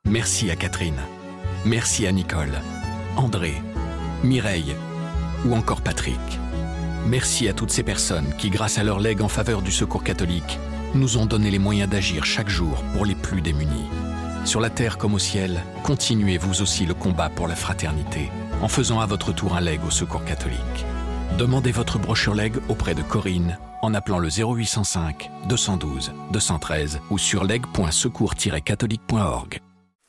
Merci à Catherine. Merci à Nicole, André, Mireille ou encore Patrick. Merci à toutes ces personnes qui, grâce à leur legs en faveur du Secours catholique, nous ont donné les moyens d'agir chaque jour pour les plus démunis. Sur la terre comme au ciel, continuez vous aussi le combat pour la fraternité en faisant à votre tour un leg au Secours catholique. Demandez votre brochure leg auprès de Corinne en appelant le 0805 212 213 ou sur leg.secours-catholique.org.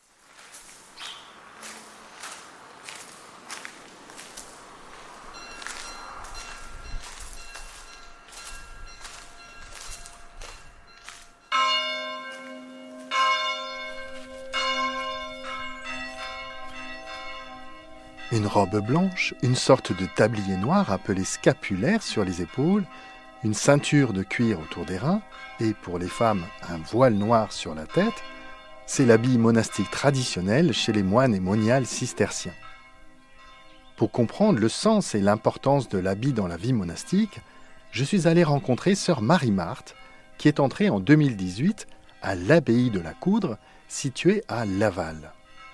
Une robe blanche, une sorte de tablier noir appelé scapulaire sur les épaules, une ceinture de cuir autour des reins et, pour les femmes, un voile noir sur la tête, c'est l'habit monastique traditionnel chez les moines et moniales cisterciens. Pour comprendre le sens et l'importance de l'habit dans la vie monastique, je suis allé rencontrer sœur Marie-Marthe, qui est entrée en 2018 à l'abbaye de la Coudre, située à Laval.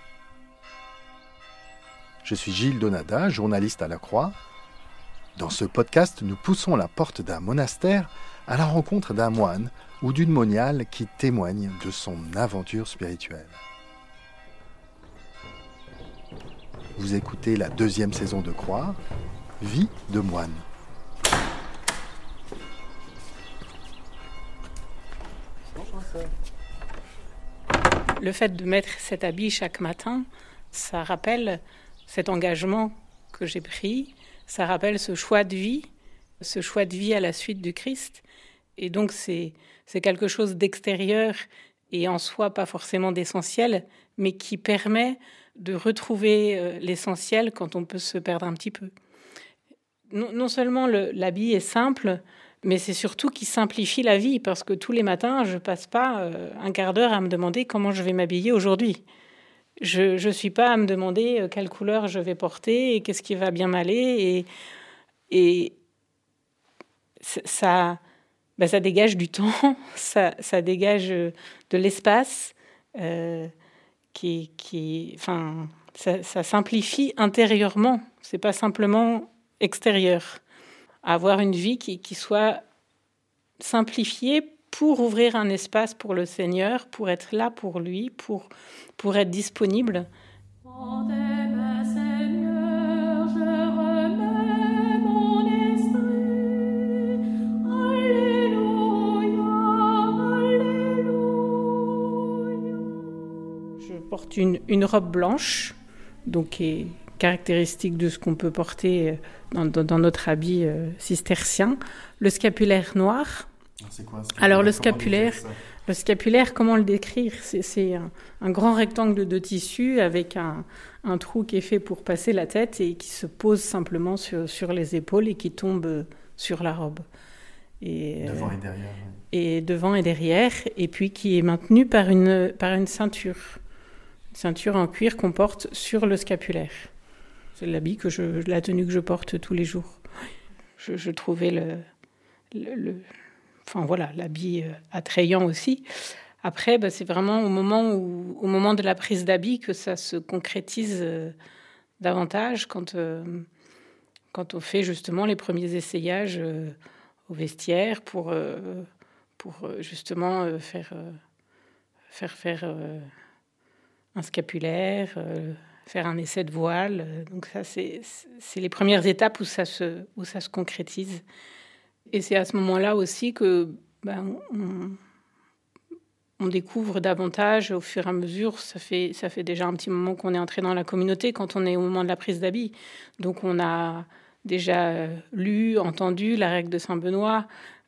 Je suis Gilles Donada, journaliste à La Croix. Dans ce podcast, nous poussons la porte d'un monastère à la rencontre d'un moine ou d'une moniale qui témoigne de son aventure spirituelle. Vous écoutez la 2e saison de Croix, Vie de moine. Le fait de mettre cet habit chaque matin, ça rappelle cet engagement que j'ai pris, ça rappelle ce choix de vie à la suite du Christ. Et donc c'est quelque chose d'extérieur et en soi pas forcément d'essentiel, mais qui permet de retrouver l'essentiel quand on peut se perdre un petit peu. Non seulement l'habit est simple, mais c'est surtout qu'il simplifie la vie, parce que tous les matins, je passe pas un quart d'heure à me demander comment je vais m'habiller aujourd'hui. Je suis pas à me demander quelle couleur je vais porter et qu'est-ce qui va bien m'aller. Et ça dégage du temps, ça dégage de l'espace, ça simplifie intérieurement. C'est pas simplement extérieur. Avoir une vie qui soit simplifiée pour ouvrir un espace pour le Seigneur, pour être là pour lui, pour être disponible. Je porte une robe blanche, donc qui est caractéristique de ce qu'on peut porter dans notre habit cistercien. Le scapulaire noir. C'est quoi, alors le scapulaire, comment le décrire ? C'est un grand rectangle de tissu avec un trou qui est fait pour passer la tête et qui se pose simplement sur les épaules et qui tombe sur la robe. Et, devant et derrière. Et devant et derrière, et puis qui est maintenu par une ceinture. Une ceinture en cuir qu'on porte sur le scapulaire. C'est l'habit la tenue que je porte tous les jours. Je trouvais l'habit attrayant aussi. Après, c'est vraiment au moment de la prise d'habit que ça se concrétise davantage quand on fait justement les premiers essayages au vestiaire pour justement faire un scapulaire, faire un essai de voile. Donc ça, c'est les premières étapes où ça se concrétise. Et c'est à ce moment-là aussi que on découvre davantage au fur et à mesure. Ça fait déjà un petit moment qu'on est entré dans la communauté quand on est au moment de la prise d'habit. Donc on a déjà lu, entendu la règle de Saint-Benoît.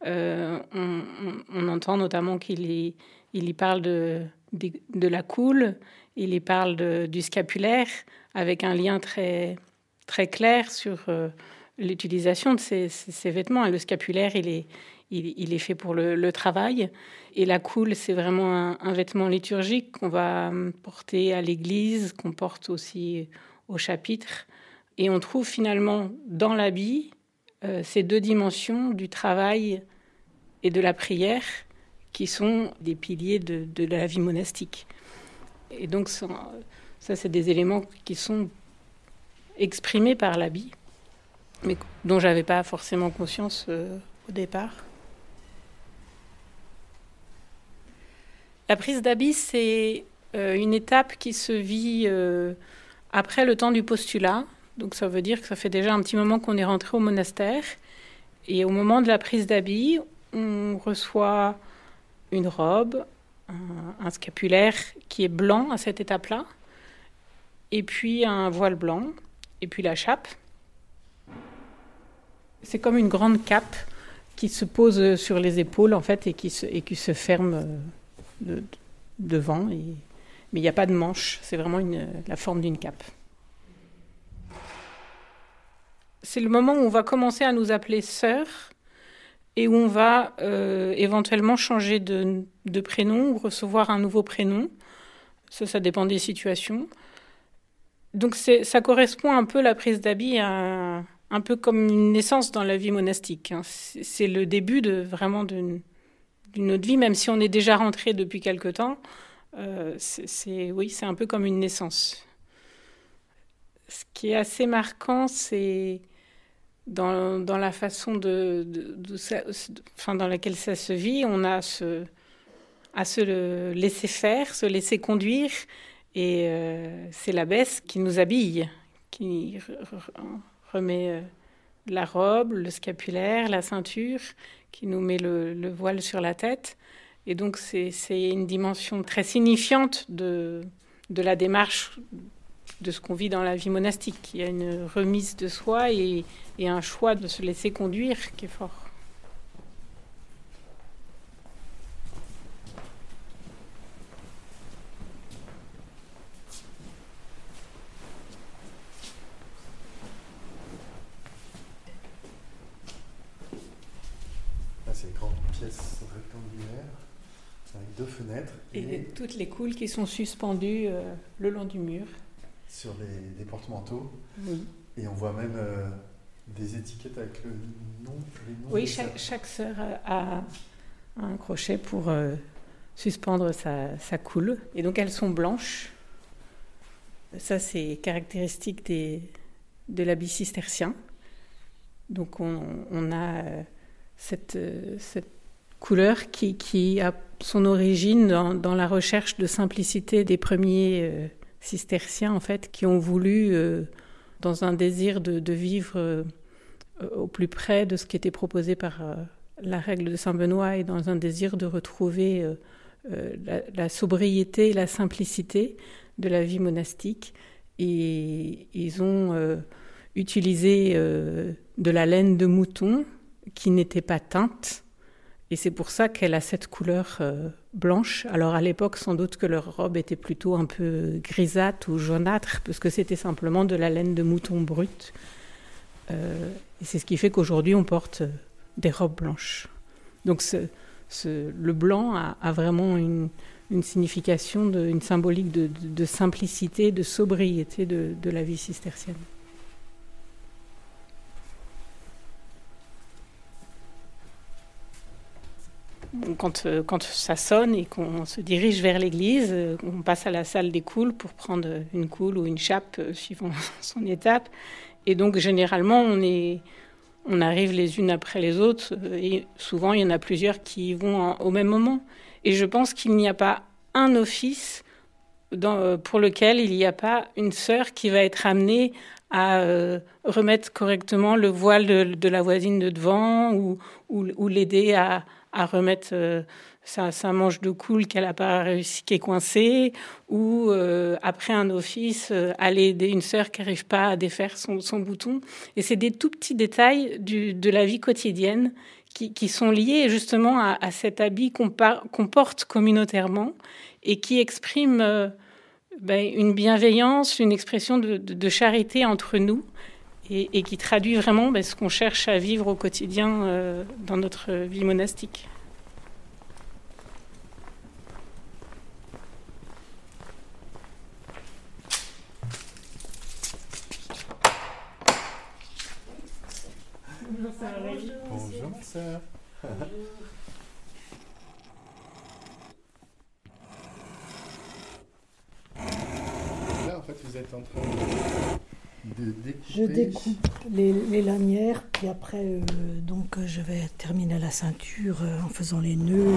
On entend notamment il y parle de la coule, il y parle du scapulaire, avec un lien très, très clair sur l'utilisation de ces vêtements. Et le scapulaire, il est fait pour le travail. Et la coule, c'est vraiment un vêtement liturgique qu'on va porter à l'église, qu'on porte aussi au chapitre. Et on trouve finalement dans l'habit ces deux dimensions du travail et de la prière qui sont des piliers de la vie monastique. Et donc ça c'est des éléments qui sont exprimés par l'habit, mais dont j'avais pas forcément conscience au départ. La prise d'habit, c'est une étape qui se vit après le temps du postulat. Donc ça veut dire que ça fait déjà un petit moment qu'on est rentré au monastère. Et au moment de la prise d'habit, on reçoit une robe, un scapulaire qui est blanc à cette étape-là, et puis un voile blanc, et puis la chape. C'est comme une grande cape qui se pose sur les épaules en fait et qui se ferme devant. Mais il n'y a pas de manche, c'est vraiment la forme d'une cape. C'est le moment où on va commencer à nous appeler sœurs et où on va éventuellement changer de prénom ou recevoir un nouveau prénom. Ça dépend des situations. Donc ça correspond un peu, la prise d'habit, à un peu comme une naissance dans la vie monastique. C'est le début d'une autre vie, même si on est déjà rentré depuis quelque temps. C'est un peu comme une naissance. Ce qui est assez marquant, c'est dans la façon dans laquelle ça se vit, on a à se laisser faire, se laisser conduire, et c'est l'abbesse qui nous habille, qui remet la robe, le scapulaire, la ceinture, qui nous met le voile sur la tête. Et donc c'est une dimension très signifiante de la démarche de ce qu'on vit dans la vie monastique. Il y a une remise de soi et un choix de se laisser conduire qui est fort. Là, c'est une grande pièce rectangulaire avec 2 fenêtres. Et toutes les coules qui sont suspendues le long du mur. Sur les porte-manteaux. Oui. Et on voit même des étiquettes avec les noms. Oui, chaque sœur a un crochet pour suspendre sa coule. Et donc elles sont blanches. Ça, c'est caractéristique de l'habit cistercien. Donc on a cette couleur qui a son origine dans la recherche de simplicité des premiers cisterciens, en fait, qui ont voulu, dans un désir de vivre au plus près de ce qui était proposé par la règle de Saint-Benoît et dans un désir de retrouver la sobriété et la simplicité de la vie monastique. Et ils ont utilisé de la laine de mouton qui n'était pas teinte. Et c'est pour ça qu'elle a cette couleur blanche. Alors à l'époque, sans doute que leur robe était plutôt un peu grisâtre ou jaunâtre, parce que c'était simplement de la laine de mouton brute. Et c'est ce qui fait qu'aujourd'hui, on porte des robes blanches. Donc le blanc a vraiment une signification, une symbolique de simplicité, de sobriété de la vie cistercienne. Quand ça sonne et qu'on se dirige vers l'église, on passe à la salle des coules pour prendre une coule ou une chape suivant son étape. Et donc généralement, on arrive les unes après les autres et souvent il y en a plusieurs qui y vont au même moment. Et je pense qu'il n'y a pas un office pour lequel il n'y a pas une sœur qui va être amenée à remettre correctement le voile de la voisine de devant ou l'aider à remettre sa manche de coule qu'elle n'a pas réussi, qui est coincée, ou après un office, aller aider une sœur qui n'arrive pas à défaire son bouton. Et c'est des tout petits détails de la vie quotidienne qui sont liés justement à cet habit qu'on porte communautairement et qui exprime une bienveillance, une expression de charité entre nous et qui traduit vraiment ce qu'on cherche à vivre au quotidien dans notre vie monastique. Bonjour, sœur. Bonjour. vous êtes en train de découper. Je découpe les lanières, puis après, je vais terminer la ceinture en faisant les nœuds.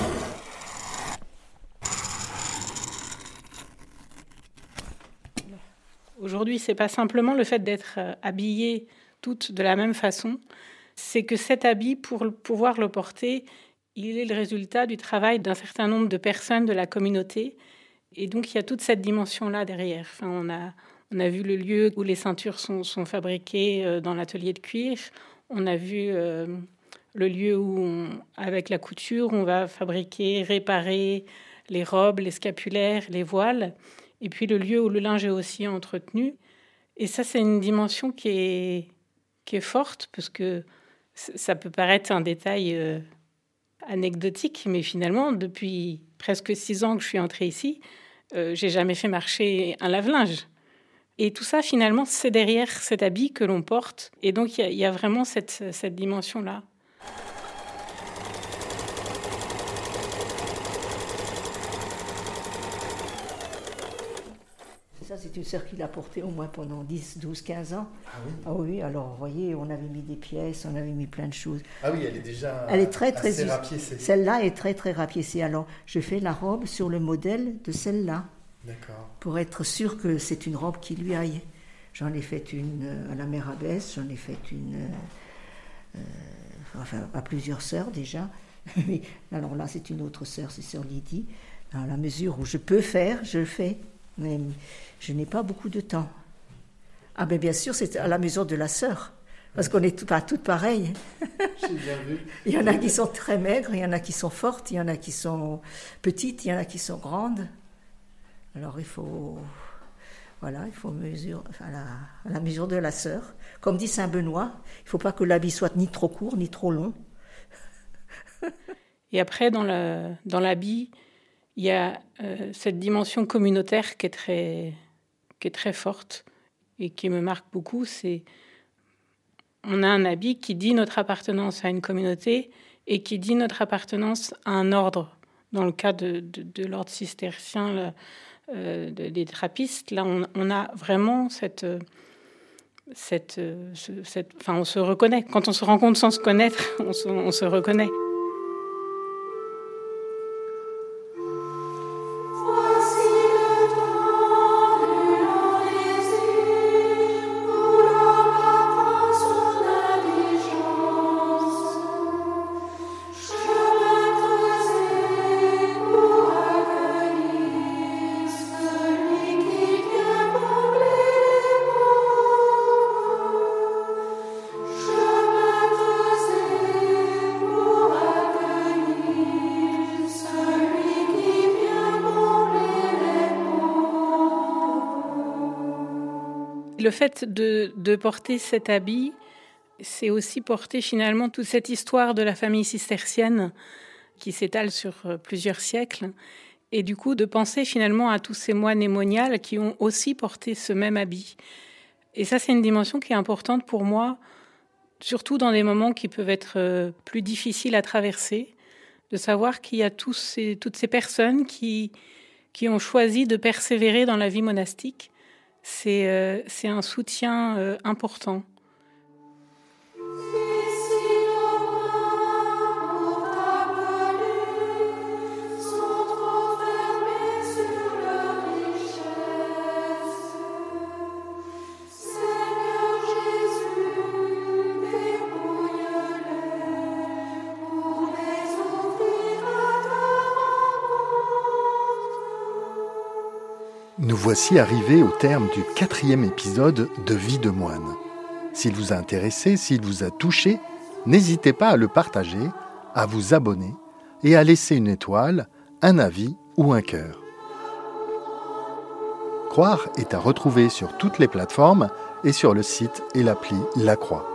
Aujourd'hui, c'est pas simplement le fait d'être habillées toutes de la même façon, c'est que cet habit, pour pouvoir le porter, il est le résultat du travail d'un certain nombre de personnes de la communauté. Et donc, il y a toute cette dimension-là derrière. Enfin, on a vu le lieu où les ceintures sont fabriquées dans l'atelier de cuir. On a vu le lieu où, avec la couture, on va fabriquer, réparer les robes, les scapulaires, les voiles. Et puis le lieu où le linge est aussi entretenu. Et ça, c'est une dimension qui est forte, parce que ça peut paraître un détail anecdotique, mais finalement, depuis presque 6 ans que je suis entrée ici, j'ai jamais fait marcher un lave-linge. Et tout ça, finalement, c'est derrière cet habit que l'on porte. Et donc, il y a vraiment cette dimension-là. Ça, c'est une sœur qui l'a portée au moins pendant 10, 12, 15 ans. Ah oui. Ah oui, alors, vous voyez, on avait mis des pièces, on avait mis plein de choses. Ah oui, elle est déjà assez rapiécée. Celle-là est très, très rapiécée. Alors, je fais la robe sur le modèle de celle-là. D'accord. Pour être sûr que c'est une robe qui lui aille. J'en ai fait une à la mère Abbesse, j'en ai fait une à plusieurs sœurs déjà. Alors là, c'est une autre sœur, c'est sœur Lydie. Dans la mesure où je peux faire, je le fais. Mais je n'ai pas beaucoup de temps. Ah ben bien sûr, c'est à la mesure de la sœur. Parce qu'on n'est pas toutes pareilles. J'ai bien vu. Il y en a qui sont très maigres, il y en a qui sont fortes, il y en a qui sont petites, il y en a qui sont grandes. Alors il faut mesurer à la mesure de la sœur. Comme dit Saint Benoît, il ne faut pas que l'habit soit ni trop court ni trop long. Et après, dans l'habit, il y a cette dimension communautaire qui est très forte et qui me marque beaucoup. On a un habit qui dit notre appartenance à une communauté et qui dit notre appartenance à un ordre. Dans le cas de l'ordre cistercien, des trappistes, là, on a vraiment on se reconnaît. Quand on se rencontre sans se connaître, on se reconnaît. Le fait de porter cet habit, c'est aussi porter finalement toute cette histoire de la famille cistercienne qui s'étale sur plusieurs siècles. Et du coup, de penser finalement à tous ces moines et moniales qui ont aussi porté ce même habit. Et ça, c'est une dimension qui est importante pour moi, surtout dans des moments qui peuvent être plus difficiles à traverser, de savoir qu'il y a toutes ces personnes qui ont choisi de persévérer dans la vie monastique. C'est un soutien important. Nous voici arrivés au terme du 4e épisode de Vie de moine. S'il vous a intéressé, s'il vous a touché, n'hésitez pas à le partager, à vous abonner et à laisser une étoile, un avis ou un cœur. Croire est à retrouver sur toutes les plateformes et sur le site et l'appli La Croix.